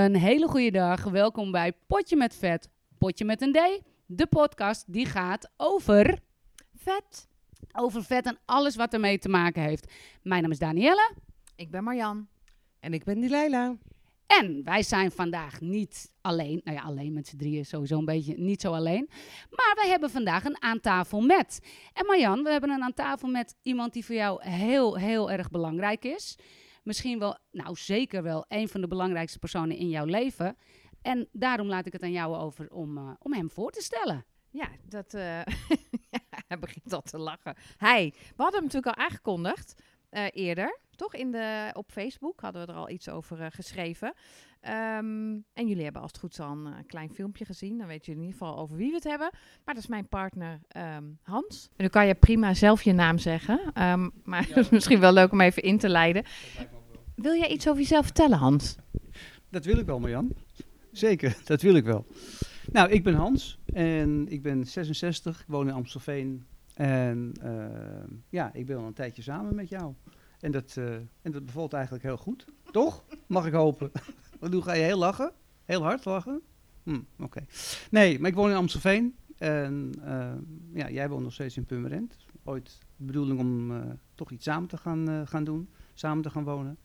Een hele goede dag. Welkom bij Potje met Vet. Potje met een D. De podcast die gaat over vet. Over vet en alles wat ermee te maken heeft. Mijn naam is Danielle. Ik ben Marjan. En ik ben Dileila. En wij zijn vandaag niet alleen. Nou ja, alleen met z'n drieën sowieso een beetje niet zo alleen. Maar wij hebben vandaag een aan tafel met. En Marjan, we hebben een aan tafel met iemand die voor jou heel erg belangrijk is. Misschien wel, nou zeker wel, een van de belangrijkste personen in jouw leven. En daarom laat ik het aan jou over om hem voor te stellen. Ja, hij begint al te lachen. We hadden hem natuurlijk al aangekondigd eerder, toch? Op Facebook hadden we er al iets over geschreven. En jullie hebben als het goed is al een klein filmpje gezien. Dan weten jullie in ieder geval over wie we het hebben. Maar dat is mijn partner Hans. En dan kan je prima zelf je naam zeggen. Maar dat is misschien wel leuk om even in te leiden. Wil jij iets over jezelf vertellen, Hans? Dat wil ik wel, Marjan. Zeker, dat wil ik wel. Nou, ik ben Hans en ik ben 66, ik woon in Amstelveen. En ik ben al een tijdje samen met jou. En dat bevalt eigenlijk heel goed. Toch? Mag ik hopen. Want nu ga je heel lachen. Heel hard lachen. Oké. Nee, maar ik woon in Amstelveen. En jij woont nog steeds in Purmerend. Ooit de bedoeling om toch iets samen te gaan doen. Samen te gaan wonen.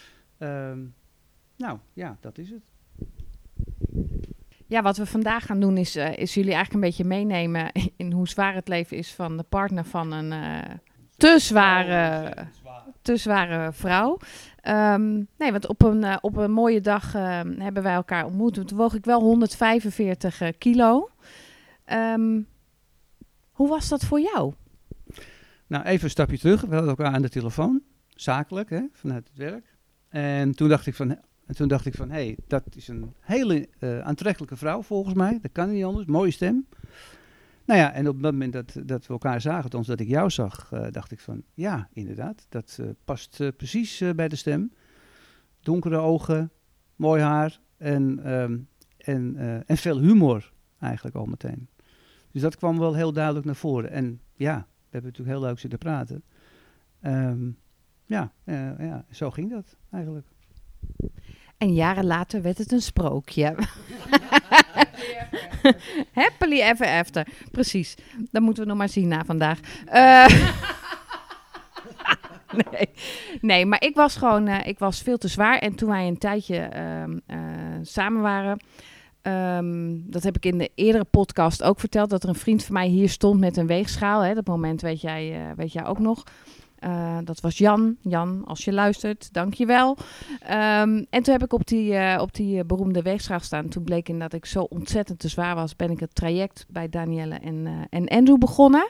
Dat is het. Ja, wat we vandaag gaan doen is jullie eigenlijk een beetje meenemen in hoe zwaar het leven is van de partner van een te zware vrouw. Want op een mooie dag hebben wij elkaar ontmoet. Toen woog ik wel 145 kilo. Hoe was dat voor jou? Nou, even een stapje terug. We hadden elkaar aan de telefoon, zakelijk, vanuit het werk. En toen dacht ik van, hé, dat is een hele aantrekkelijke vrouw volgens mij. Dat kan niet anders, mooie stem. Nou ja, en op dat moment dat we elkaar zagen, althans dat ik jou zag, dacht ik van, ja, inderdaad, dat past precies bij de stem. Donkere ogen, mooi haar en veel humor eigenlijk al meteen. Dus dat kwam wel heel duidelijk naar voren. En ja, we hebben natuurlijk heel leuk zitten praten. Zo ging dat eigenlijk. En jaren later werd het een sprookje. Happily ever after. Precies. Dat moeten we nog maar zien na vandaag. Nee, maar ik was veel te zwaar. En toen wij een tijdje samen waren, dat heb ik in de eerdere podcast ook verteld, dat er een vriend van mij hier stond met een weegschaal. Hè. Dat moment weet jij ook nog. Dat was Jan. Jan, als je luistert, dank je wel. En toen heb ik op die beroemde weegschaal gestaan. Toen bleek in dat ik zo ontzettend te zwaar was, ben ik het traject bij Danielle en Andrew begonnen.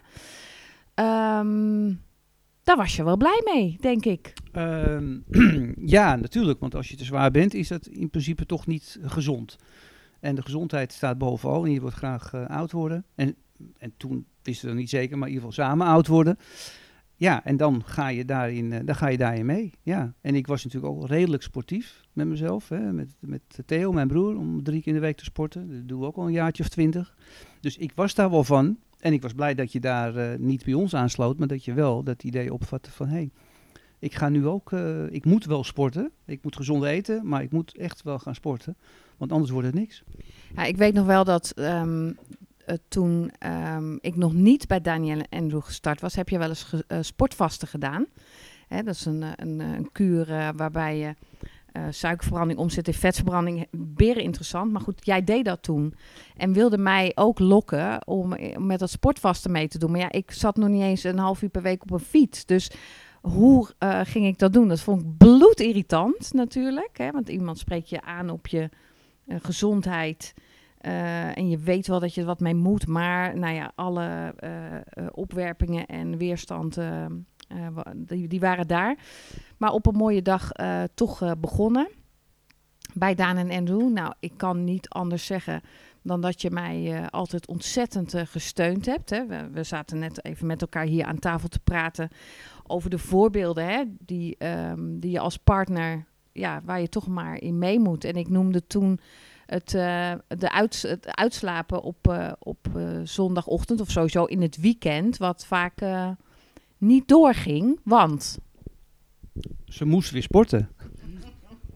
Daar was je wel blij mee, denk ik. Ja, natuurlijk. Want als je te zwaar bent, is dat in principe toch niet gezond. En de gezondheid staat bovenal. En je wilt graag oud worden. En toen wisten we dat niet zeker, maar in ieder geval samen oud worden. Ja, en dan ga je daarin mee. Ja. En ik was natuurlijk ook redelijk sportief met mezelf. Hè, met Theo, mijn broer, om 3 keer in de week te sporten. Dat doen we ook al een jaartje of 20. Dus ik was daar wel van. En ik was blij dat je daar niet bij ons aansloot, maar dat je wel dat idee opvatte van, hé, ik ga nu ook, ik moet wel sporten. Ik moet gezond eten, maar ik moet echt wel gaan sporten. Want anders wordt het niks. Ja, ik weet nog wel dat toen ik nog niet bij Danielle en Andrew gestart was, heb je wel eens sportvasten gedaan. Hè, dat is een kuur waarbij je suikerverbranding omzet in vetverbranding. Beren interessant. Maar goed, jij deed dat toen. En wilde mij ook lokken om met dat sportvasten mee te doen. Maar ja, ik zat nog niet eens een half uur per week op een fiets. Dus hoe ging ik dat doen? Dat vond ik bloedirritant natuurlijk. Hè, want iemand spreekt je aan op je gezondheid. En je weet wel dat je er wat mee moet. Maar nou ja, alle opwerpingen en weerstand, die waren daar. Maar op een mooie dag toch begonnen. Bij Daan en Andrew. Nou, ik kan niet anders zeggen dan dat je mij altijd ontzettend gesteund hebt. Hè. We zaten net even met elkaar hier aan tafel te praten over de voorbeelden, hè, die je als partner, ja, waar je toch maar in mee moet. En ik noemde toen het uitslapen op zondagochtend of sowieso in het weekend, wat vaak niet doorging, want ze moest weer sporten.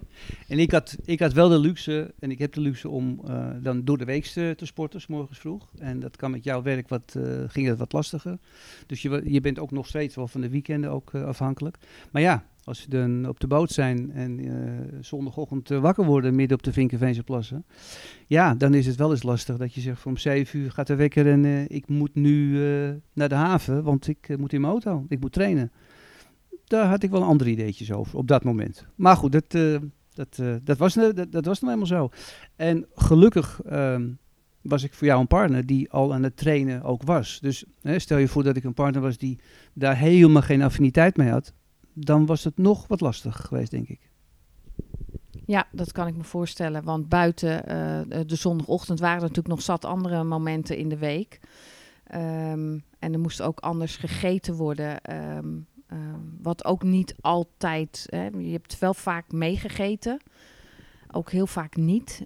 En ik had wel de luxe, en ik heb de luxe om dan door de week te sporten, 's morgens vroeg. En dat kan met jouw werk ging dat wat lastiger. Dus je bent ook nog steeds wel van de weekenden ook afhankelijk. Maar ja, als we dan op de boot zijn en zondagochtend wakker worden midden op de Vinkenveense plassen. Ja, dan is het wel eens lastig dat je zegt van om 7 uur gaat de wekker en ik moet nu naar de haven, want ik moet in mijn auto, ik moet trainen. Daar had ik wel andere ideetjes over op dat moment. Maar goed, dat was nou helemaal zo. En gelukkig was ik voor jou een partner die al aan het trainen ook was. Dus stel je voor dat ik een partner was die daar helemaal geen affiniteit mee had. Dan was het nog wat lastiger geweest, denk ik. Ja, dat kan ik me voorstellen. Want buiten de zondagochtend waren er natuurlijk nog zat andere momenten in de week. En er moest ook anders gegeten worden. Wat ook niet altijd... je hebt wel vaak meegegeten. Ook heel vaak niet.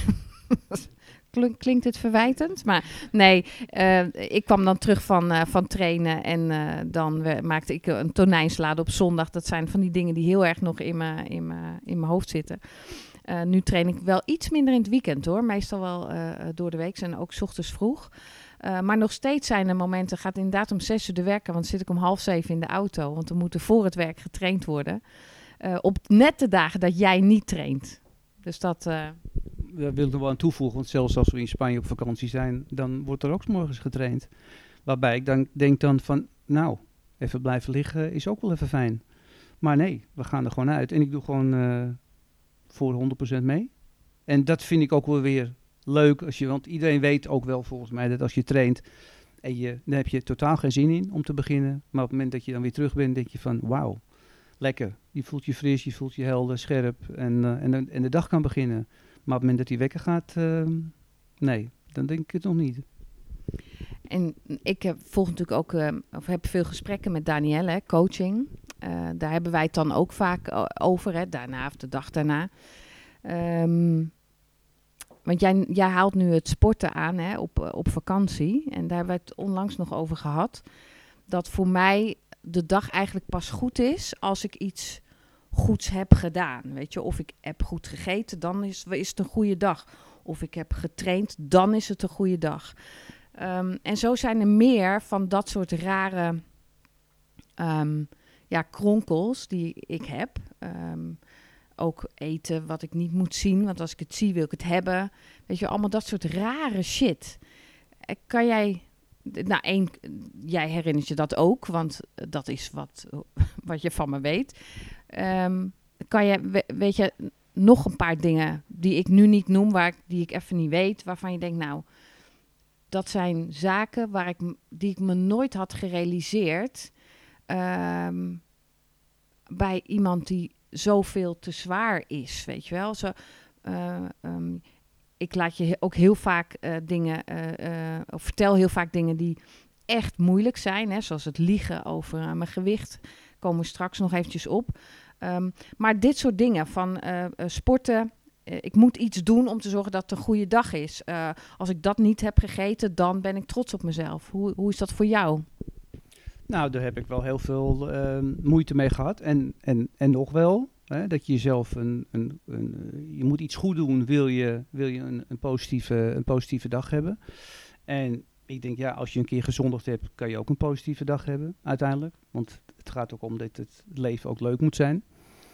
Klinkt het verwijtend? Maar nee, ik kwam dan terug van trainen en dan maakte ik een tonijnsalade op zondag. Dat zijn van die dingen die heel erg nog in mijn hoofd zitten. Nu train ik wel iets minder in het weekend hoor. Meestal wel door de week en ook 's ochtends vroeg. Maar nog steeds zijn er momenten, gaat inderdaad om 6 uur de werken, want dan zit ik om 6:30 in de auto. Want er moet voor het werk getraind worden. Op net de dagen dat jij niet traint. Dus dat... Daar wil ik nog wel aan toevoegen, want zelfs als we in Spanje op vakantie zijn, dan wordt er ook 's morgens getraind. Waarbij ik dan denk van, nou, even blijven liggen is ook wel even fijn. Maar nee, we gaan er gewoon uit. En ik doe gewoon voor 100% mee. En dat vind ik ook wel weer leuk, want iedereen weet ook wel volgens mij dat als je traint, dan heb je totaal geen zin in om te beginnen. Maar op het moment dat je dan weer terug bent, denk je van, wauw, lekker. Je voelt je fris, je voelt je helder, scherp en de dag kan beginnen. Maar op het moment dat die wekker gaat, nee, dan denk ik het nog niet. En ik volg natuurlijk ook, of heb veel gesprekken met Danielle, coaching. Daar hebben wij het dan ook vaak over, daarna of de dag daarna. Want jij haalt nu het sporten aan op vakantie. En daar hebben we het onlangs nog over gehad. Dat voor mij de dag eigenlijk pas goed is als ik iets goeds heb gedaan. Weet je, of ik heb goed gegeten, dan is het een goede dag. Of ik heb getraind, dan is het een goede dag. En zo zijn er meer van dat soort rare kronkels die ik heb. Ook eten wat ik niet moet zien, want als ik het zie wil ik het hebben. Weet je, allemaal dat soort rare shit. Kan jij... Nou, jij herinnert je dat ook, want dat is wat je van me weet. Kan je, weet je, nog een paar dingen die ik nu niet noem, die ik even niet weet, waarvan je denkt, nou, dat zijn zaken die ik me nooit had gerealiseerd bij iemand die zoveel te zwaar is, weet je wel. Ik laat je ook heel vaak of vertel heel vaak dingen die echt moeilijk zijn, hè, zoals het liegen over mijn gewicht. Komen we straks nog eventjes op. Maar dit soort dingen van sporten, ik moet iets doen om te zorgen dat het een goede dag is. Als ik dat niet heb gegeten, dan ben ik trots op mezelf. Hoe is dat voor jou? Nou, daar heb ik wel heel veel moeite mee gehad. En nog wel. Hè, dat je jezelf je moet iets goed doen, wil je een positieve dag hebben. En ik denk, ja, als je een keer gezondigd hebt, kan je ook een positieve dag hebben, uiteindelijk. Want het gaat ook om dat het leven ook leuk moet zijn.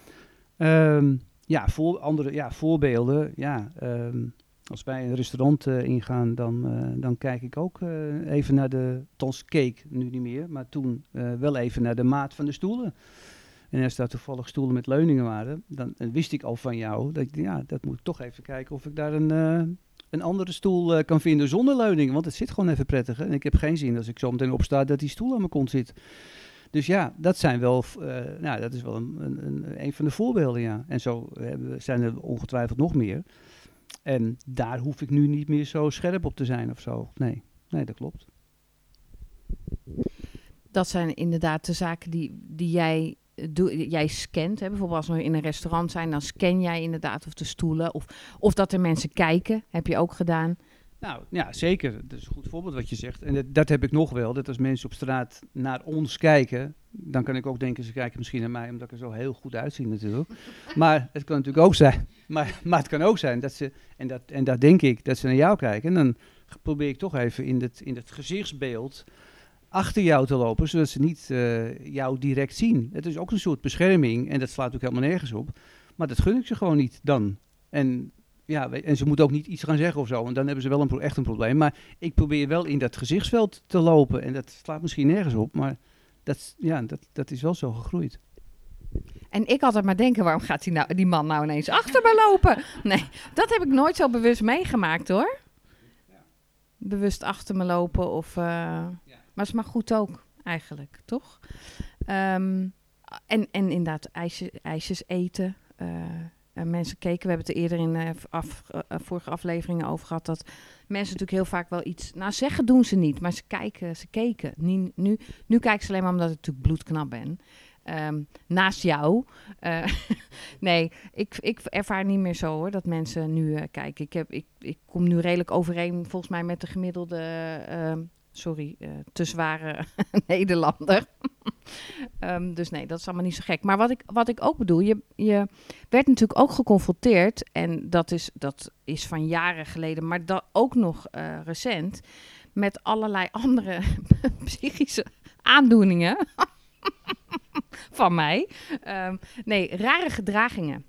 Voorbeelden. Ja, als wij een restaurant ingaan, dan kijk ik ook even naar althans keek nu niet meer, maar toen wel even naar de maat van de stoelen. En als daar toevallig stoelen met leuningen waren, dan wist ik al van jou, dat moet ik toch even kijken of ik daar een andere stoel kan vinden zonder leuning. Want het zit gewoon even prettig. En ik heb geen zin als ik zo meteen opsta dat die stoel aan mijn kont zit. Dus ja, dat zijn wel, dat is wel een van de voorbeelden, ja. En zo zijn er ongetwijfeld nog meer. En daar hoef ik nu niet meer zo scherp op te zijn of zo. Nee, dat klopt. Dat zijn inderdaad de zaken die jij scant. Hè? Bijvoorbeeld als we in een restaurant zijn, dan scan jij inderdaad of de stoelen. Of dat er mensen kijken, heb je ook gedaan. Nou, ja, zeker. Dat is een goed voorbeeld wat je zegt. En dat heb ik nog wel. Dat als mensen op straat naar ons kijken, dan kan ik ook denken, ze kijken misschien naar mij omdat ik er zo heel goed uitzie natuurlijk. Maar het kan natuurlijk ook zijn, maar het kan ook zijn dat ze, en dat denk ik, dat ze naar jou kijken. En dan probeer ik toch even in het gezichtsbeeld achter jou te lopen, zodat ze niet jou direct zien. Het is ook een soort bescherming en dat slaat ook helemaal nergens op. Maar dat gun ik ze gewoon niet dan. En ze moeten ook niet iets gaan zeggen of zo, en dan hebben ze wel echt een probleem. Maar ik probeer wel in dat gezichtsveld te lopen en dat slaat misschien nergens op, maar dat is wel zo gegroeid. En ik altijd maar denken, waarom gaat die man nou ineens achter me lopen? Nee, dat heb ik nooit zo bewust meegemaakt hoor. Bewust achter me lopen of... Maar is maar goed ook, eigenlijk, toch? En inderdaad, ijsjes eten. Mensen keken, we hebben het er eerder in vorige afleveringen over gehad, dat mensen natuurlijk heel vaak wel iets... Nou, zeggen doen ze niet, maar ze keken. Nu kijken ze alleen maar omdat ik natuurlijk bloedknap ben. Naast jou. Nee, ik ervaar niet meer zo hoor, dat mensen nu kijken. Ik kom nu redelijk overeen, volgens mij, met de gemiddelde... te zware Nederlander. Dus nee, dat is allemaal niet zo gek. Maar wat ik ook bedoel, je werd natuurlijk ook geconfronteerd, en dat is van jaren geleden, maar dat ook nog recent, met allerlei andere psychische aandoeningen van mij. Rare gedragingen.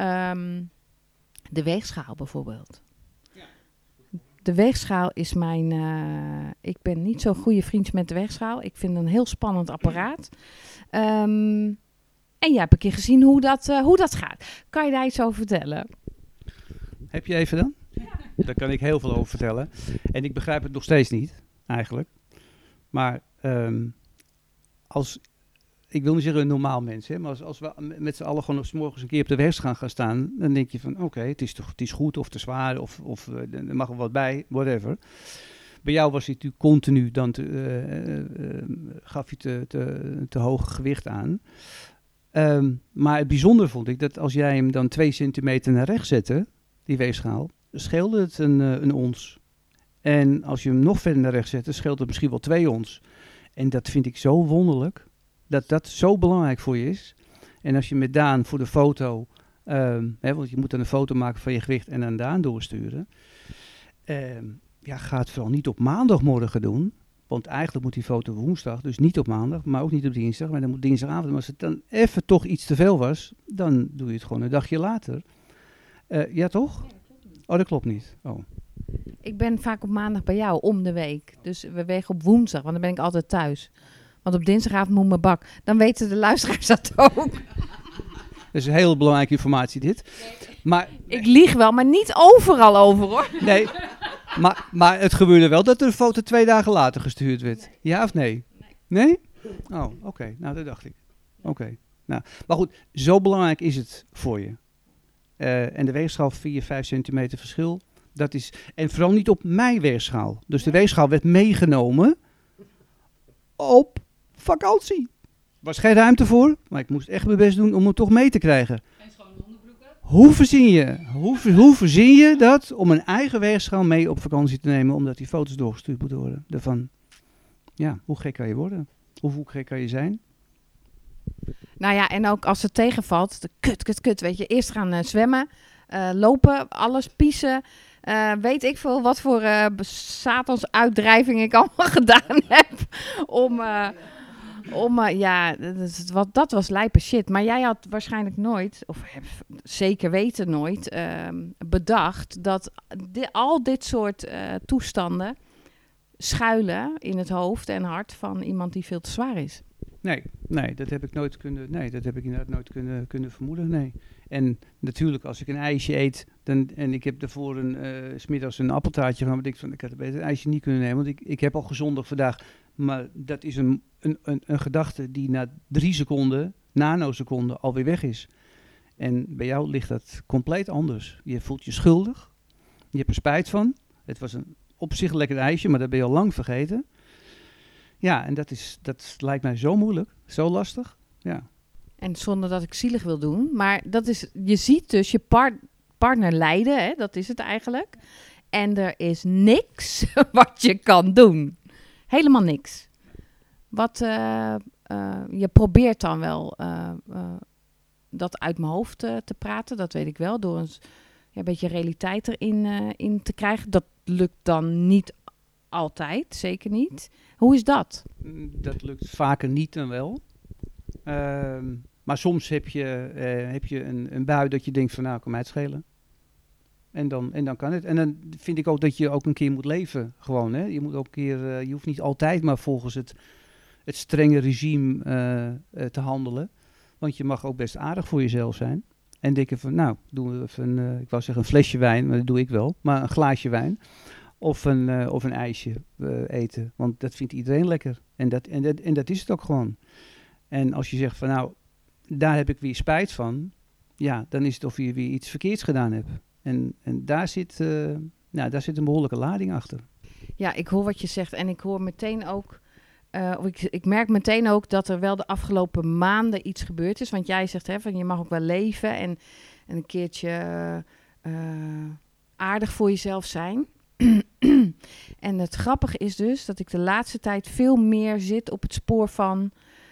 De weegschaal bijvoorbeeld. De weegschaal is mijn... ik ben niet zo'n goede vriend met de weegschaal. Ik vind het een heel spannend apparaat. En jij hebt een keer gezien hoe dat gaat. Kan je daar iets over vertellen? Heb je even dan? Ja. Daar kan ik heel veel over vertellen. En ik begrijp het nog steeds niet, eigenlijk. Maar ik wil niet zeggen een normaal mens, hè, maar als we met z'n allen gewoon 's morgens een keer op de weegschaal gaan staan, dan denk je van oké, het is goed of te zwaar of er mag er wat bij, whatever. Bij jou was hij natuurlijk continu, dan gaf je te hoog gewicht aan. Maar het bijzondere vond ik dat als jij hem dan 2 centimeter naar rechts zette, die weegschaal, scheelde het een ons. En als je hem nog verder naar rechts zette, scheelt het misschien wel 2 ons. En dat vind ik zo wonderlijk. Dat zo belangrijk voor je is. En als je met Daan voor de foto, want je moet dan een foto maken van je gewicht en aan Daan doorsturen. Ga het vooral niet op maandagmorgen doen. Want eigenlijk moet die foto woensdag, dus niet op maandag, maar ook niet op dinsdag. Maar dan moet dinsdagavond. Maar als het dan even toch iets te veel was, dan doe je het gewoon een dagje later. Ja, toch? Ja, dat klopt niet. Oh, dat klopt niet. Oh. Ik ben vaak op maandag bij jou, om de week. Dus we wegen op woensdag, want dan ben ik altijd thuis. Want op dinsdagavond moet mijn bak. Dan weten de luisteraars dat ook. Dat is heel belangrijke informatie dit. Maar, ik lieg wel, maar niet overal over hoor. Nee, maar het gebeurde wel dat er een foto 2 dagen later gestuurd werd. Ja of nee? Nee? Oh, oké. Nou, dat dacht ik. Oké. Nou, maar goed, zo belangrijk is het voor je. En de weegschaal 4-5 centimeter verschil. Dat is, en vooral niet op mijn weegschaal. Dus de weegschaal werd meegenomen op vakantie. Er was geen ruimte voor, maar ik moest echt mijn best doen om hem toch mee te krijgen. En schone onderbroeken? Hoe verzin je dat om een eigen weegschaal mee op vakantie te nemen, omdat die foto's doorgestuurd moeten worden? Daarvan, ja, hoe gek kan je worden? Hoe gek kan je zijn? Nou ja, en ook als het tegenvalt, kut, weet je. Eerst gaan zwemmen, lopen, alles, piezen. Weet ik veel wat voor satans uitdrijving ik allemaal gedaan heb dat was lijpe shit. Maar jij had waarschijnlijk nooit, of zeker weten nooit, bedacht dat al dit soort toestanden schuilen in het hoofd en hart van iemand die veel te zwaar is. Nee, dat heb ik inderdaad nooit kunnen vermoeden, nee. En natuurlijk, als ik een ijsje eet, en ik heb daarvoor 's middags een appeltaartje genomen, denk ik van, ik had beter een ijsje niet kunnen nemen, want ik heb al gezondigd vandaag. Maar dat is een gedachte die na 3 seconden, nanoseconden, alweer weg is. En bij jou ligt dat compleet anders. Je voelt je schuldig, je hebt er spijt van. Het was een op zich lekker ijsje, maar dat ben je al lang vergeten. Ja, en dat lijkt mij zo moeilijk, zo lastig, ja. En zonder dat ik zielig wil doen, maar dat is, je ziet dus je partner lijden, hè, dat is het eigenlijk. En er is niks wat je kan doen. Helemaal niks. je probeert dan wel dat uit mijn hoofd te praten. Dat weet ik wel. Door een beetje realiteit erin in te krijgen. Dat lukt dan niet altijd. Zeker niet. Hoe is dat? Dat lukt vaker niet dan wel. Maar soms heb je een bui dat je denkt van nou, kan mij het schelen. En dan kan het. En dan vind ik ook dat je ook een keer moet leven gewoon. Hè? Je moet ook een keer, je hoeft niet altijd maar volgens het strenge regime te handelen. Want je mag ook best aardig voor jezelf zijn. En denken van nou, doen we even ik wou zeggen een flesje wijn, maar dat doe ik wel. Maar een glaasje wijn. Of een ijsje eten. Want dat vindt iedereen lekker. En dat is het ook gewoon. En als je zegt van nou, daar heb ik weer spijt van. Ja, dan is het of je weer iets verkeerds gedaan hebt. En daar zit een behoorlijke lading achter. Ja, ik hoor wat je zegt. En ik hoor meteen ook... ik merk meteen ook dat er wel de afgelopen maanden iets gebeurd is. Want jij zegt, van je mag ook wel leven. En een keertje aardig voor jezelf zijn. En het grappige is dus dat ik de laatste tijd veel meer zit op het spoor van...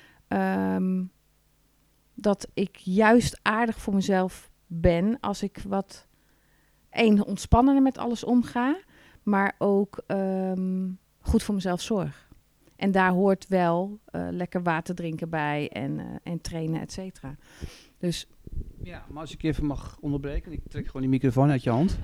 dat ik juist aardig voor mezelf ben als ik wat ontspannender met alles omga, maar ook goed voor mezelf zorg. En daar hoort wel lekker water drinken bij en trainen, et cetera. Dus ja, maar als ik even mag onderbreken, ik trek gewoon die microfoon uit je hand.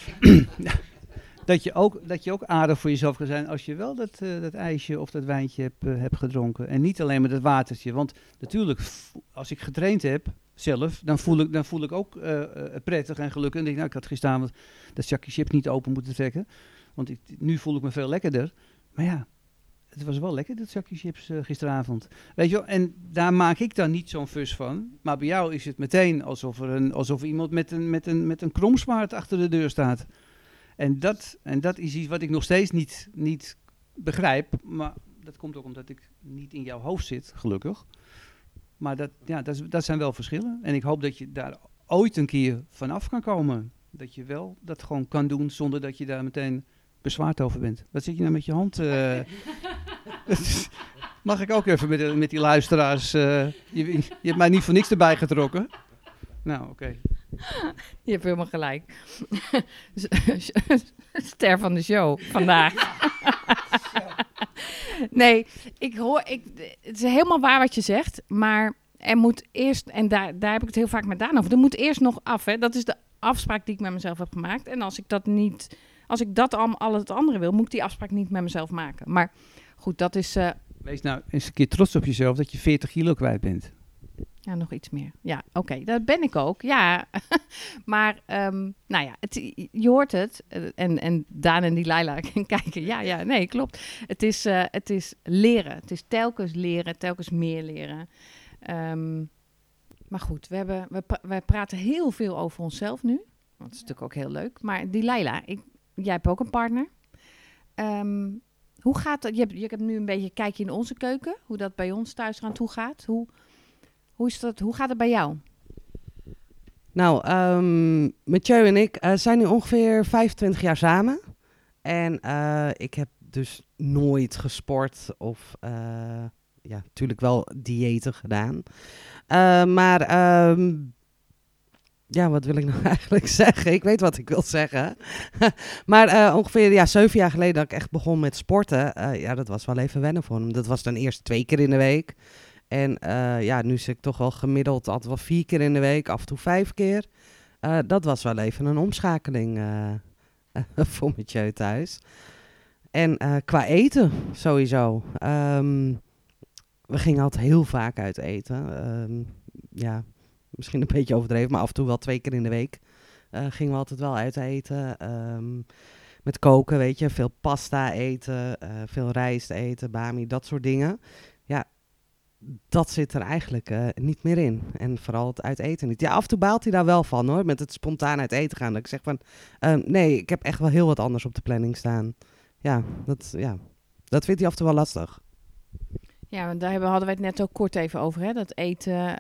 Dat je ook aardig voor jezelf kan zijn als je wel dat ijsje of dat wijntje hebt gedronken. En niet alleen met het watertje. Want natuurlijk, als ik getraind heb zelf, dan voel ik ook prettig en gelukkig. En denk ik, nou, ik had gisteravond dat zakje chips niet open moeten trekken. Want nu voel ik me veel lekkerder. Maar ja, het was wel lekker, dat zakje chips gisteravond. Weet je wel, en daar maak ik dan niet zo'n fuss van. Maar bij jou is het meteen alsof iemand met een kromzwaard achter de deur staat. En dat is iets wat ik nog steeds niet begrijp. Maar dat komt ook omdat ik niet in jouw hoofd zit, gelukkig. Maar dat zijn wel verschillen. En ik hoop dat je daar ooit een keer vanaf kan komen. Dat je wel dat gewoon kan doen zonder dat je daar meteen bezwaard over bent. Wat zit je nou met je hand? Mag ik ook even met die luisteraars... je hebt mij niet voor niks erbij getrokken. Nou, oké. Je hebt helemaal gelijk. Ster van de show vandaag. Nee, het is helemaal waar wat je zegt. Maar er moet eerst, en daar heb ik het heel vaak met Daan over. Er moet eerst nog af. Hè? Dat is de afspraak die ik met mezelf heb gemaakt. En als ik dat al het andere wil, moet ik die afspraak niet met mezelf maken. Maar goed, dat is... Wees nou eens een keer trots op jezelf dat je 40 kilo kwijt bent. Ja, nog iets meer. Ja, oké, dat ben ik ook. Ja, maar nou ja, je hoort het. En Daan en die Laila kijken. Ja, nee, klopt. Het is leren. Het is telkens leren, telkens meer leren. Maar goed, we praten heel veel over onszelf nu. Dat is natuurlijk ook heel leuk. Maar die Laila, jij hebt ook een partner. Hoe gaat het? Je hebt nu een beetje een kijkje in onze keuken. Hoe dat bij ons thuis aan toe gaat. Hoe is dat? Hoe gaat het bij jou? Nou, Mathieu en ik zijn nu ongeveer 25 jaar samen. En ik heb dus nooit gesport of natuurlijk wel diëten gedaan. Maar wat wil ik nou eigenlijk zeggen? Ik weet wat ik wil zeggen. Maar ongeveer 7 jaar geleden dat ik echt begon met sporten. Dat was wel even wennen voor hem. Dat was dan eerst 2 keer in de week. En nu zit ik toch wel gemiddeld altijd wel 4 keer in de week, af en toe 5 keer. Dat was wel even een omschakeling voor Mathieu thuis. En qua eten sowieso. We gingen altijd heel vaak uit eten. Misschien een beetje overdreven, maar af en toe wel 2 keer in de week. Gingen we altijd wel uit eten. Met koken, weet je, veel pasta eten, veel rijst eten, bami, dat soort dingen. Ja, dat zit er eigenlijk niet meer in. En vooral het uit eten niet. Ja, af en toe baalt hij daar wel van hoor, met het spontaan uit eten gaan. Dat ik zeg van, nee, ik heb echt wel heel wat anders op de planning staan. Dat vindt hij af en toe wel lastig. Ja, want daar hadden we het net ook kort even over, hè? Dat eten,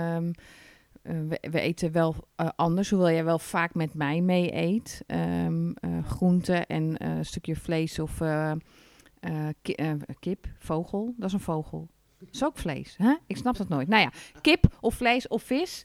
we eten wel anders, hoewel jij wel vaak met mij mee eet. Groenten en een stukje vlees of kip, vogel, dat is een vogel. Is ook vlees, hè? Ik snap dat nooit. Nou ja, kip of vlees of vis.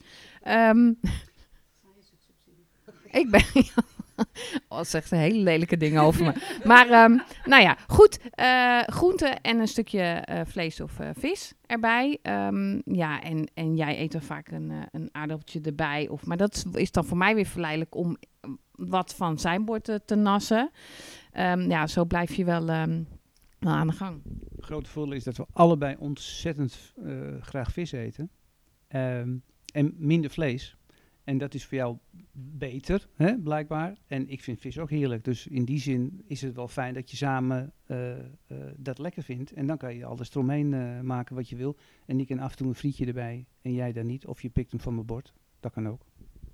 Ik ben... Oh, zegt een hele lelijke dingen over me. Maar, nou ja, goed. Groenten en een stukje vlees of vis erbij. Ja, en jij eet dan vaak een aardappeltje erbij. Maar dat is dan voor mij weer verleidelijk om wat van zijn bord te nassen. Ja, zo blijf je wel aan de gang. Het grote voordeel is dat we allebei ontzettend graag vis eten. En minder vlees. En dat is voor jou beter, hè, blijkbaar. En ik vind vis ook heerlijk. Dus in die zin is het wel fijn dat je samen dat lekker vindt. En dan kan je alles eromheen maken wat je wil. En ik kan af en toe een frietje erbij en jij dan niet. Of je pikt hem van mijn bord. Dat kan ook.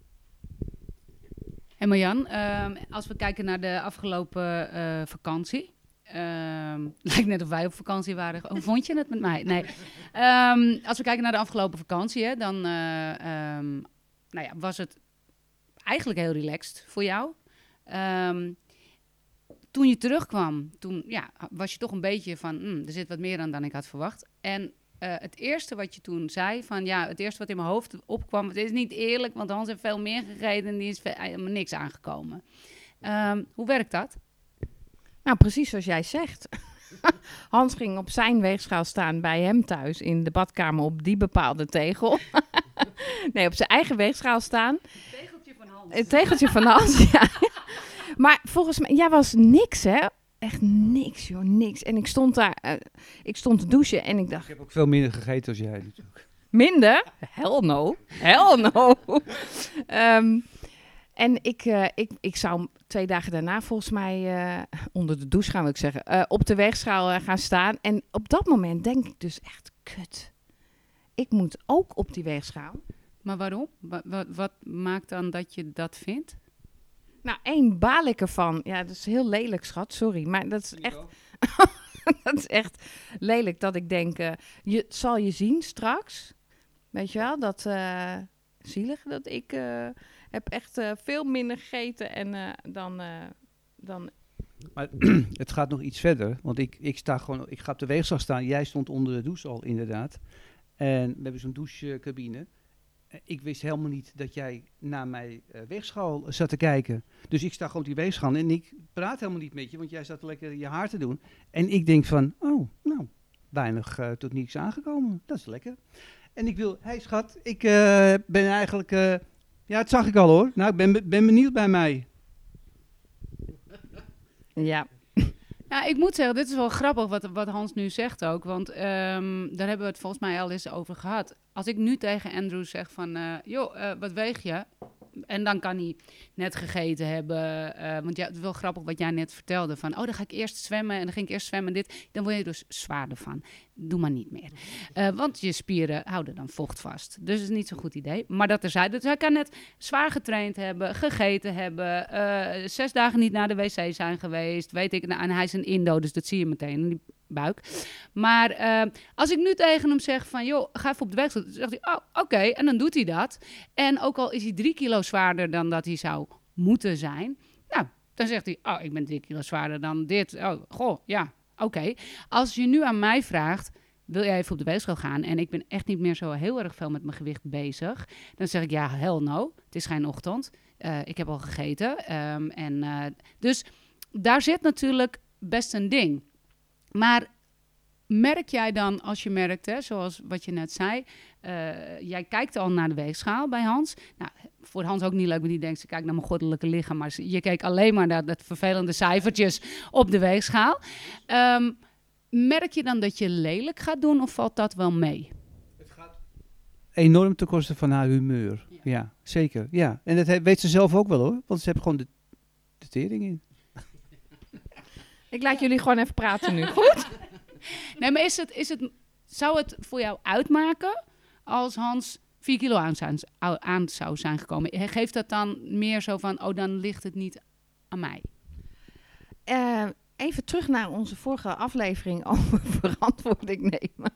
En Marjan, als we kijken naar de afgelopen vakantie. Lijkt net of wij op vakantie waren. Hoe vond je het met mij? Nee. Als we kijken naar de afgelopen vakantie, hè, dan nou ja, was het eigenlijk heel relaxed voor jou. Toen je terugkwam, toen was je toch een beetje van... er zit wat meer aan dan ik had verwacht. En het eerste wat je toen zei, het eerste wat in mijn hoofd opkwam... het is niet eerlijk, want Hans heeft veel meer gegeten en die is helemaal niks aangekomen. Hoe werkt dat? Nou, precies zoals jij zegt. Hans ging op zijn weegschaal staan bij hem thuis in de badkamer op die bepaalde tegel. Nee, op zijn eigen weegschaal staan. Het tegeltje van Hans. Het tegeltje van Hans, ja. Maar volgens mij, jij was niks, hè? Echt niks, joh, niks. En ik stond daar, ik stond te douchen en ik dacht... Ik heb ook veel minder gegeten als jij natuurlijk. Minder? Hell no. Hell no. En ik zou 2 dagen daarna volgens mij onder de douche gaan, wil ik zeggen, op de weegschaal gaan staan. En op dat moment denk ik dus echt, kut. Ik moet ook op die weegschaal. Maar waarom? Wat maakt dan dat je dat vindt? Nou, 1 baal ik ervan. Ja, dat is heel lelijk, schat. Sorry, maar dat is echt... dat is echt lelijk dat ik denk, zal je zien straks. Weet je wel, dat zielig dat ik heb echt veel minder gegeten en dan... Maar het gaat nog iets verder, want ik ga op de weegschaal staan. Jij stond onder de douche al, inderdaad. En we hebben zo'n douchecabine. Ik wist helemaal niet dat jij naar mijn weegschaal zat te kijken. Dus ik sta gewoon op die weegschaal en ik praat helemaal niet met je, want jij zat lekker je haar te doen. En ik denk van, oh, nou, weinig tot niets aangekomen. Dat is lekker. En ik wil, hey schat, ik ben eigenlijk, ja, dat zag ik al hoor. Nou, ik ben benieuwd bij mij. Ja. Nou, ik moet zeggen, dit is wel grappig wat Hans nu zegt ook. Want daar hebben we het volgens mij al eens over gehad. Als ik nu tegen Andrew zeg van, wat weeg je? En dan kan hij net gegeten hebben. Want het is wel grappig wat jij net vertelde. Van, dan ga ik eerst zwemmen en dan ging ik eerst zwemmen. Dan word je dus zwaarder van. Doe maar niet meer. Want je spieren houden dan vocht vast. Dus het is niet zo'n goed idee. Maar dat terzijde. Dus hij kan net zwaar getraind hebben, gegeten hebben. 6 dagen niet naar de wc zijn geweest. Weet ik. En hij is een Indo, dus dat zie je meteen in die buik. Maar als ik nu tegen hem zeg van, joh, ga even op de weg. Dan zegt hij, oh, oké. En dan doet hij dat. En ook al is hij 3 kilo zwaarder dan dat hij zou moeten zijn. Nou, dan zegt hij, oh, ik ben 3 kilo zwaarder dan dit. Oh, goh, ja, oké. Als je nu aan mij vraagt, wil jij even op de weegschaal gaan? En ik ben echt niet meer zo heel erg veel met mijn gewicht bezig. Dan zeg ik, ja, hell no. Het is geen ochtend. Ik heb al gegeten. Dus daar zit natuurlijk best een ding. Maar merk jij dan, als je merkt, hè, zoals wat je net zei, jij kijkt al naar de weegschaal bij Hans. Nou, voor Hans ook niet leuk, want die denkt, ze kijkt naar mijn goddelijke lichaam, maar je keek alleen maar naar dat vervelende cijfertjes op de weegschaal. Merk je dan dat je lelijk gaat doen of valt dat wel mee? Het gaat enorm ten koste van haar humeur. Ja, zeker. Ja. En dat weet ze zelf ook wel hoor, want ze heeft gewoon de tering in. Ik laat jullie gewoon even praten nu, goed? Nee, maar zou het voor jou uitmaken als Hans 4 kilo aan zou zijn gekomen? Geeft dat dan meer zo van, dan ligt het niet aan mij? Even terug naar onze vorige aflevering over verantwoording nemen.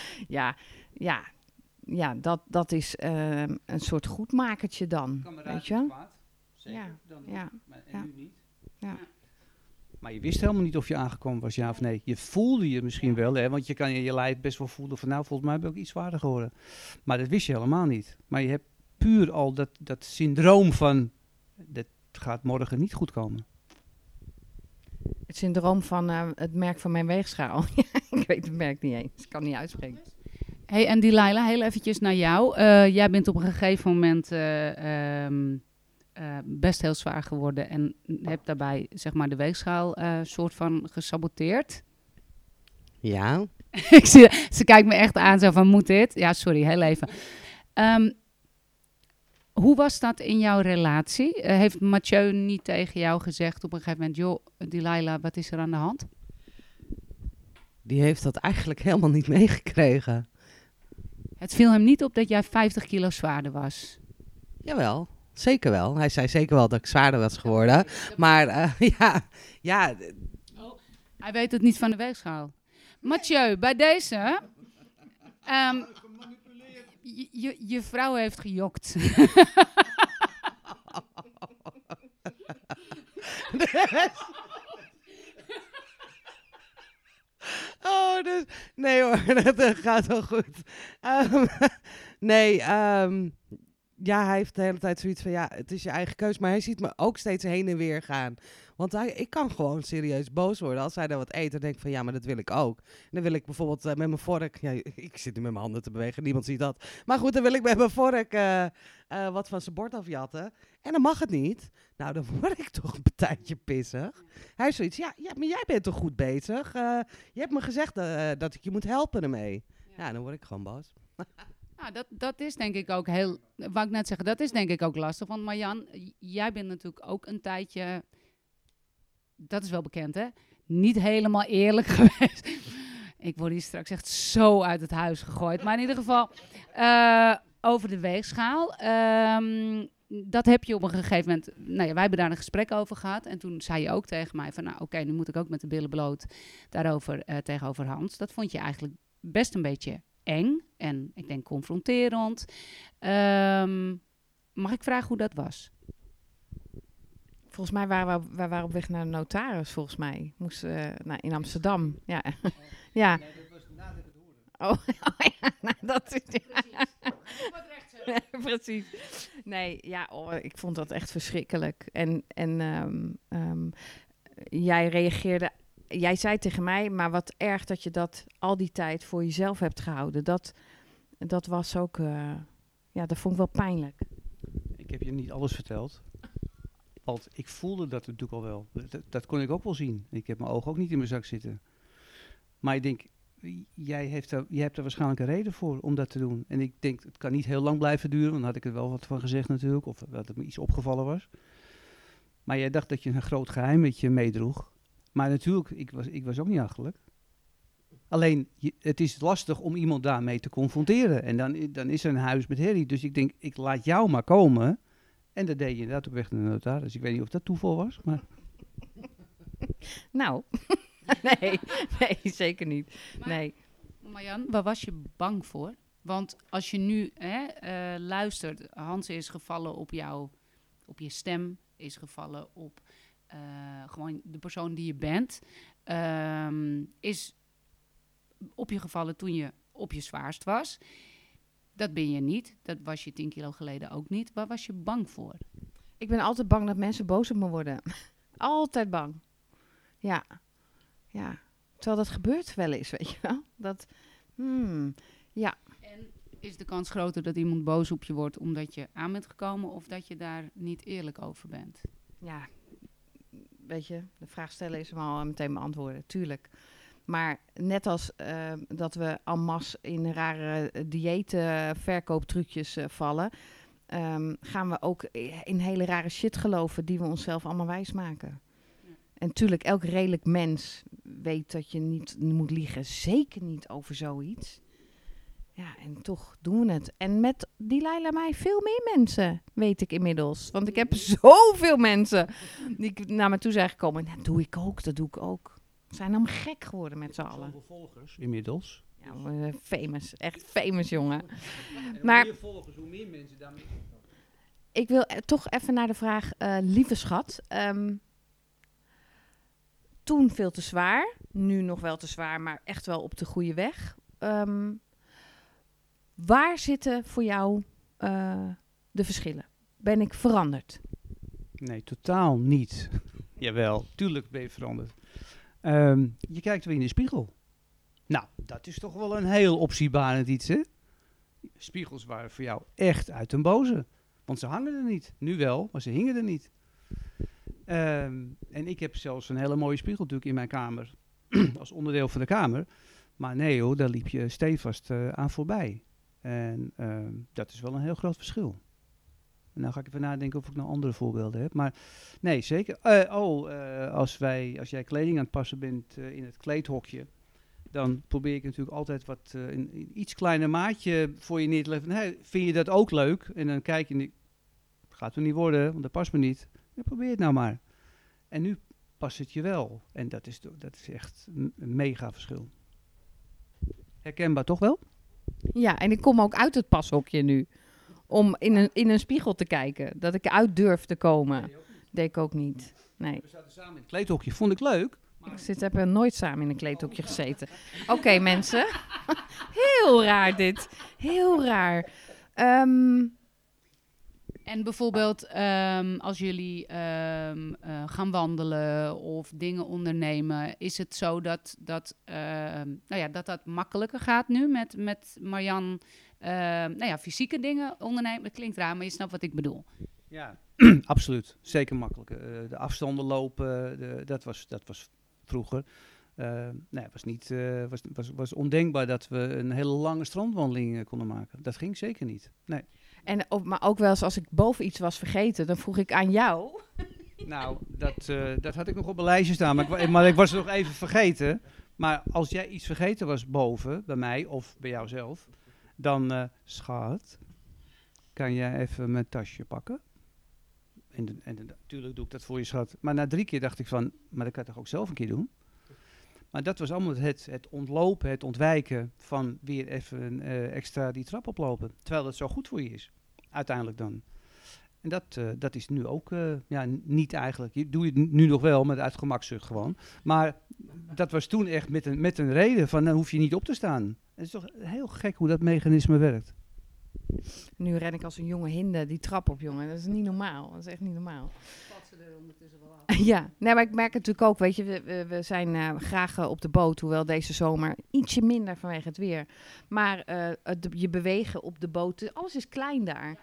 Ja, dat is een soort goedmakertje dan. Weet je? Zeker, Ja. dan Ja. maar, en Ja. nu niet. Ja. Maar je wist helemaal niet of je aangekomen was, ja of nee. Je voelde je misschien wel, hè, want je kan in je lijf best wel voelen van nou, volgens mij ben ik iets zwaarder geworden. Maar dat wist je helemaal niet. Maar je hebt puur al dat syndroom van, dat gaat morgen niet goed komen. Het syndroom van het merk van mijn weegschaal. Ik weet het merk niet eens. Ik kan het niet uitspreken. Hey, en Delilah, heel eventjes naar jou. Jij bent op een gegeven moment best heel zwaar geworden en hebt daarbij zeg maar de weegschaal soort van gesaboteerd. Ja. Ik zie, ze kijkt me echt aan zo van, moet dit? Ja, sorry, heel even. Hoe was dat in jouw relatie? Heeft Mathieu niet tegen jou gezegd op een gegeven moment, joh, Delilah, wat is er aan de hand? Die heeft dat eigenlijk helemaal niet meegekregen. Het viel hem niet op dat jij 50 kilo zwaarder was. Jawel, zeker wel. Hij zei zeker wel dat ik zwaarder was geworden. Maar ja, Hij weet het niet van de weegschaal. Mathieu, bij deze... je vrouw heeft gejokt. Oh, dus... Nee hoor, dat gaat wel goed. Ja, hij heeft de hele tijd zoiets van, ja, het is je eigen keus. Maar hij ziet me ook steeds heen en weer gaan. Want ik kan gewoon serieus boos worden. Als hij dan wat eet, dan denk ik van, ja, maar dat wil ik ook. En dan wil ik bijvoorbeeld met mijn vork... Ja, ik zit nu met mijn handen te bewegen, niemand ziet dat. Maar goed, dan wil ik met mijn vork wat van zijn bord afjatten. En dan mag het niet. Nou, dan word ik toch een partijtje pissig. Hij is zoiets, ja, maar jij bent toch goed bezig? Je hebt me gezegd dat ik je moet helpen ermee. Ja, dan word ik gewoon boos. Nou, dat is denk ik ook heel... Wou ik net zeggen, dat is denk ik ook lastig. Want Marjan, jij bent natuurlijk ook een tijdje... Dat is wel bekend, hè? Niet helemaal eerlijk geweest. Ik word hier straks echt zo uit het huis gegooid. Maar in ieder geval, over de weegschaal. Dat heb je op een gegeven moment... Nou ja, wij hebben daar een gesprek over gehad. En toen zei je ook tegen mij van... Nou, oké, nu moet ik ook met de billen bloot daarover tegenover Hans. Dat vond je eigenlijk best een beetje eng. En ik denk confronterend. Mag ik vragen hoe dat was? Volgens mij waren we waren op weg naar de notaris, volgens mij. Moesten in Amsterdam. Ja. Ja. Nee, dat was nadat ik het hoorde. Oh, ja, nou, dat is... Ja. Precies. Nee, ja, ik vond dat echt verschrikkelijk. En jij reageerde... Jij zei tegen mij, maar wat erg dat je dat al die tijd voor jezelf hebt gehouden. Dat was ook... dat vond ik wel pijnlijk. Ik heb je niet alles verteld. Want ik voelde dat natuurlijk al wel. Dat kon ik ook wel zien. Ik heb mijn ogen ook niet in mijn zak zitten. Maar ik denk, jij hebt er waarschijnlijk een reden voor om dat te doen. En ik denk, het kan niet heel lang blijven duren. Want dan had ik er wel wat van gezegd natuurlijk. Of dat het me iets opgevallen was. Maar jij dacht dat je een groot geheim met je meedroeg. Maar natuurlijk, ik was ook niet achterlijk. Alleen, het is lastig om iemand daarmee te confronteren. En dan is er een huis met herrie. Dus ik denk, ik laat jou maar komen. En dat deed je inderdaad op weg naar de notaris. Ik weet niet of dat toeval was, maar... Nou, nee, zeker niet. Nee. Marjan, waar was je bang voor? Want als je nu luistert, Hans is gevallen op jou, op je stem, is gevallen op gewoon de persoon die je bent. Is op je gevallen toen je op je zwaarst was. Dat ben je niet. Dat was je 10 kilo geleden ook niet. Waar was je bang voor? Ik ben altijd bang dat mensen boos op me worden. Altijd bang. Ja. Terwijl dat gebeurt wel eens, weet je wel. Ja. En is de kans groter dat iemand boos op je wordt omdat je aan bent gekomen of dat je daar niet eerlijk over bent? Ja, weet je, de vraag stellen is hem al meteen beantwoorden, tuurlijk. Maar net als dat we en masse in rare dieetverkooptrucjes vallen, gaan we ook in hele rare shit geloven die we onszelf allemaal wijsmaken. Ja. En tuurlijk, elk redelijk mens weet dat je niet moet liegen. Zeker niet over zoiets. Ja, en toch doen we het. En met Delilah mij veel meer mensen, weet ik inmiddels. Want ik heb zoveel mensen die naar me toe zijn gekomen. Dat doe ik ook. We zijn allemaal gek geworden met z'n allen. Zoveel volgers inmiddels. Ja, famous. Echt famous, jongen. Maar hoe meer volgers, hoe meer mensen daarmee... Ik wil toch even naar de vraag, lieve schat. toen veel te zwaar. Nu nog wel te zwaar, maar echt wel op de goede weg. Waar zitten voor jou de verschillen? Ben ik veranderd? Nee, totaal niet. Jawel, tuurlijk ben je veranderd. Je kijkt weer in de spiegel. Nou, dat is toch wel een heel opzienbarend iets, hè? Spiegels waren voor jou echt uit den boze. Want ze hangen er niet. Nu wel, maar ze hingen er niet. En ik heb zelfs een hele mooie spiegel natuurlijk in mijn kamer. Als onderdeel van de kamer. Maar nee hoor, daar liep je stevast aan voorbij. En dat is wel een heel groot verschil. En nou ga ik even nadenken of ik nog andere voorbeelden heb. Maar nee, zeker. Als jij kleding aan het passen bent in het kleedhokje, dan probeer ik natuurlijk altijd wat een iets kleiner maatje voor je neer te leggen. Van, hey, vind je dat ook leuk? En dan kijk je, gaat er niet worden, want dat past me niet. Ja, probeer het nou maar. En nu past het je wel. En dat is echt een mega verschil. Herkenbaar toch wel? Ja, en ik kom ook uit het pashokje nu. Om in een spiegel te kijken. Dat ik uit durf te komen. Deed ik ook niet. Nee. We zaten samen in het kleedhokje. Vond ik leuk. Heb nooit samen in een kleedhokje gezeten. Oké, mensen. Heel raar dit. Heel raar. En bijvoorbeeld als jullie gaan wandelen of dingen ondernemen, is het zo dat makkelijker gaat nu met Marjan fysieke dingen ondernemen? Dat klinkt raar, maar je snapt wat ik bedoel. Ja, absoluut. Zeker makkelijker. De afstanden lopen, dat was vroeger. Was ondenkbaar dat we een hele lange strandwandeling konden maken. Dat ging zeker niet. Nee. Maar ook wel eens als ik boven iets was vergeten, dan vroeg ik aan jou. Nou, dat had ik nog op een lijstje staan, maar ik was het nog even vergeten. Maar als jij iets vergeten was boven, bij mij of bij jou zelf, dan, schat, kan jij even mijn tasje pakken? En natuurlijk doe ik dat voor je, schat. Maar na 3 keer dacht ik van, maar dat kan je toch ook zelf een keer doen? Maar dat was allemaal het ontlopen, het ontwijken van weer even extra die trap oplopen. Terwijl dat zo goed voor je is, uiteindelijk dan. En dat is nu ook niet eigenlijk. Je doe je het nu nog wel met uit gemakzucht gewoon. Maar dat was toen echt met een reden van, dan hoef je niet op te staan. Het is toch heel gek hoe dat mechanisme werkt. Nu ren ik als een jonge hinde die trap op, jongen. Dat is niet normaal. Dat is echt niet normaal. Ja, nee, maar ik merk het natuurlijk ook, weet je, we zijn graag op de boot, hoewel deze zomer ietsje minder vanwege het weer. Maar je bewegen op de boot, alles is klein daar.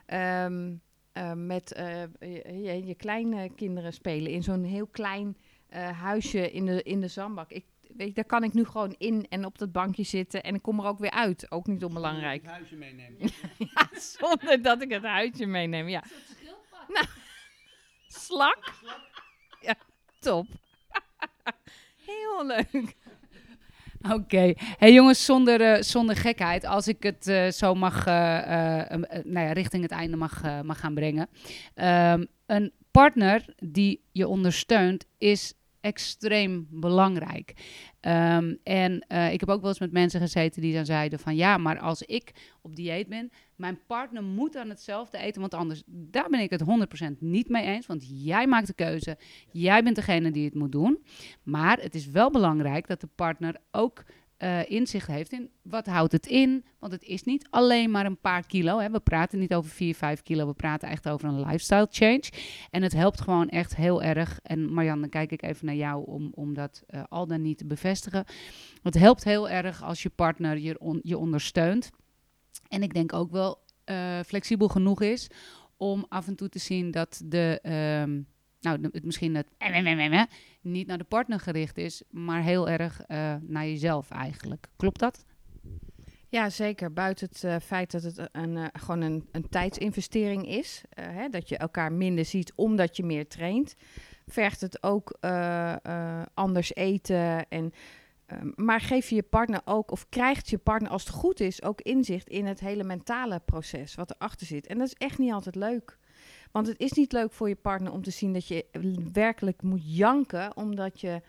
Met je kleine kinderen spelen in zo'n heel klein huisje in de zandbak. Daar kan ik nu gewoon in en op dat bankje zitten en ik kom er ook weer uit. Ook niet onbelangrijk. Het huisje meenemen. Ja, zonder dat ik het huisje meeneem, ja. Nou, slak? Ja, top. Heel leuk. Oké. Hey jongens, zonder gekheid, als ik het zo mag, richting het einde mag gaan brengen. Een partner die je ondersteunt is extreem belangrijk. Ik heb ook wel eens met mensen gezeten die dan zeiden van ja, maar als ik op dieet ben, mijn partner moet dan hetzelfde eten, want anders, daar ben ik het 100% niet mee eens, want jij maakt de keuze, jij bent degene die het moet doen. Maar het is wel belangrijk dat de partner ook inzicht heeft in wat houdt het in, want het is niet alleen maar een paar kilo. Hè. We praten niet over 4-5 kilo, we praten echt over een lifestyle change. En het helpt gewoon echt heel erg. En Marjan, dan kijk ik even naar jou om dat al dan niet te bevestigen. Het helpt heel erg als je partner je ondersteunt. En ik denk ook wel flexibel genoeg is om af en toe te zien dat misschien het niet naar de partner gericht is, maar heel erg naar jezelf eigenlijk. Klopt dat? Ja, zeker. Buiten het feit dat het gewoon een tijdsinvestering is, dat je elkaar minder ziet omdat je meer traint, vergt het ook anders eten. Maar geef je partner ook, of krijgt je partner als het goed is, ook inzicht in het hele mentale proces wat erachter zit. En dat is echt niet altijd leuk. Want het is niet leuk voor je partner om te zien dat je werkelijk moet janken omdat je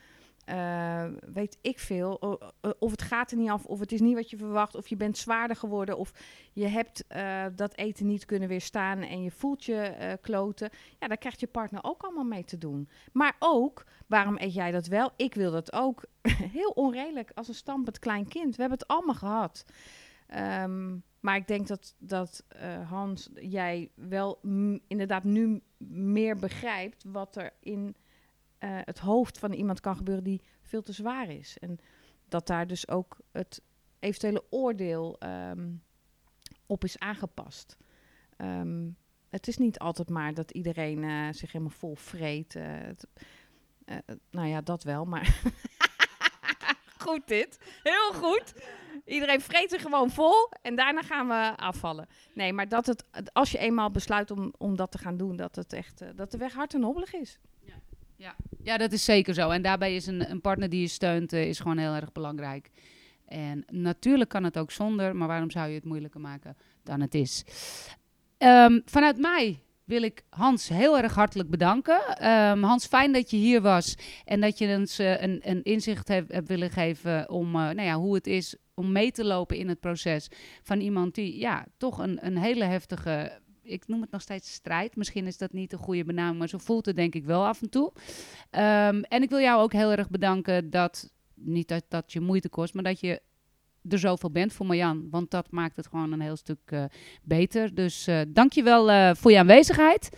weet ik veel, of het gaat er niet af, of het is niet wat je verwacht, of je bent zwaarder geworden, of je hebt dat eten niet kunnen weerstaan en je voelt je kloten. Ja, daar krijgt je partner ook allemaal mee te doen. Maar ook, waarom eet jij dat wel? Ik wil dat ook. Heel onredelijk, als een stampend klein kind. We hebben het allemaal gehad. Maar ik denk dat Hans, jij wel inderdaad nu meer begrijpt wat er in het hoofd van iemand kan gebeuren die veel te zwaar is. En dat daar dus ook het eventuele oordeel op is aangepast. Het is niet altijd maar dat iedereen zich helemaal vol vreet. Nou ja, dat wel, maar... Goed dit. Heel goed. Iedereen vreet zich gewoon vol en daarna gaan we afvallen. Nee, maar als je eenmaal besluit om dat te gaan doen, dat de weg hard en hobbelig is. Ja, dat is zeker zo. En daarbij is een partner die je steunt, is gewoon heel erg belangrijk. En natuurlijk kan het ook zonder, maar waarom zou je het moeilijker maken dan het is? Vanuit mij wil ik Hans heel erg hartelijk bedanken. Hans, fijn dat je hier was en dat je ons een inzicht hebt willen geven om hoe het is om mee te lopen in het proces van iemand die toch een hele heftige, ik noem het nog steeds strijd. Misschien is dat niet de goede benaming, maar zo voelt het denk ik wel af en toe. En ik wil jou ook heel erg bedanken niet dat je moeite kost, maar dat je er zoveel bent voor Marjan. Want dat maakt het gewoon een heel stuk beter. Dus dank je wel voor je aanwezigheid.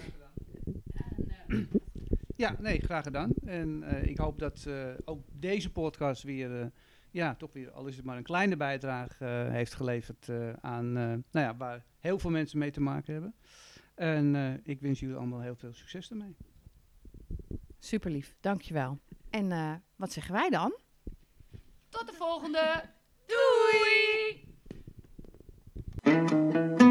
Ja, nee, graag gedaan. En ik hoop dat ook deze podcast weer, toch weer, al is het maar een kleine bijdrage, heeft geleverd aan waar heel veel mensen mee te maken hebben. En ik wens jullie allemaal heel veel succes ermee. Super lief, dankjewel. En wat zeggen wij dan? Tot de volgende. Doei!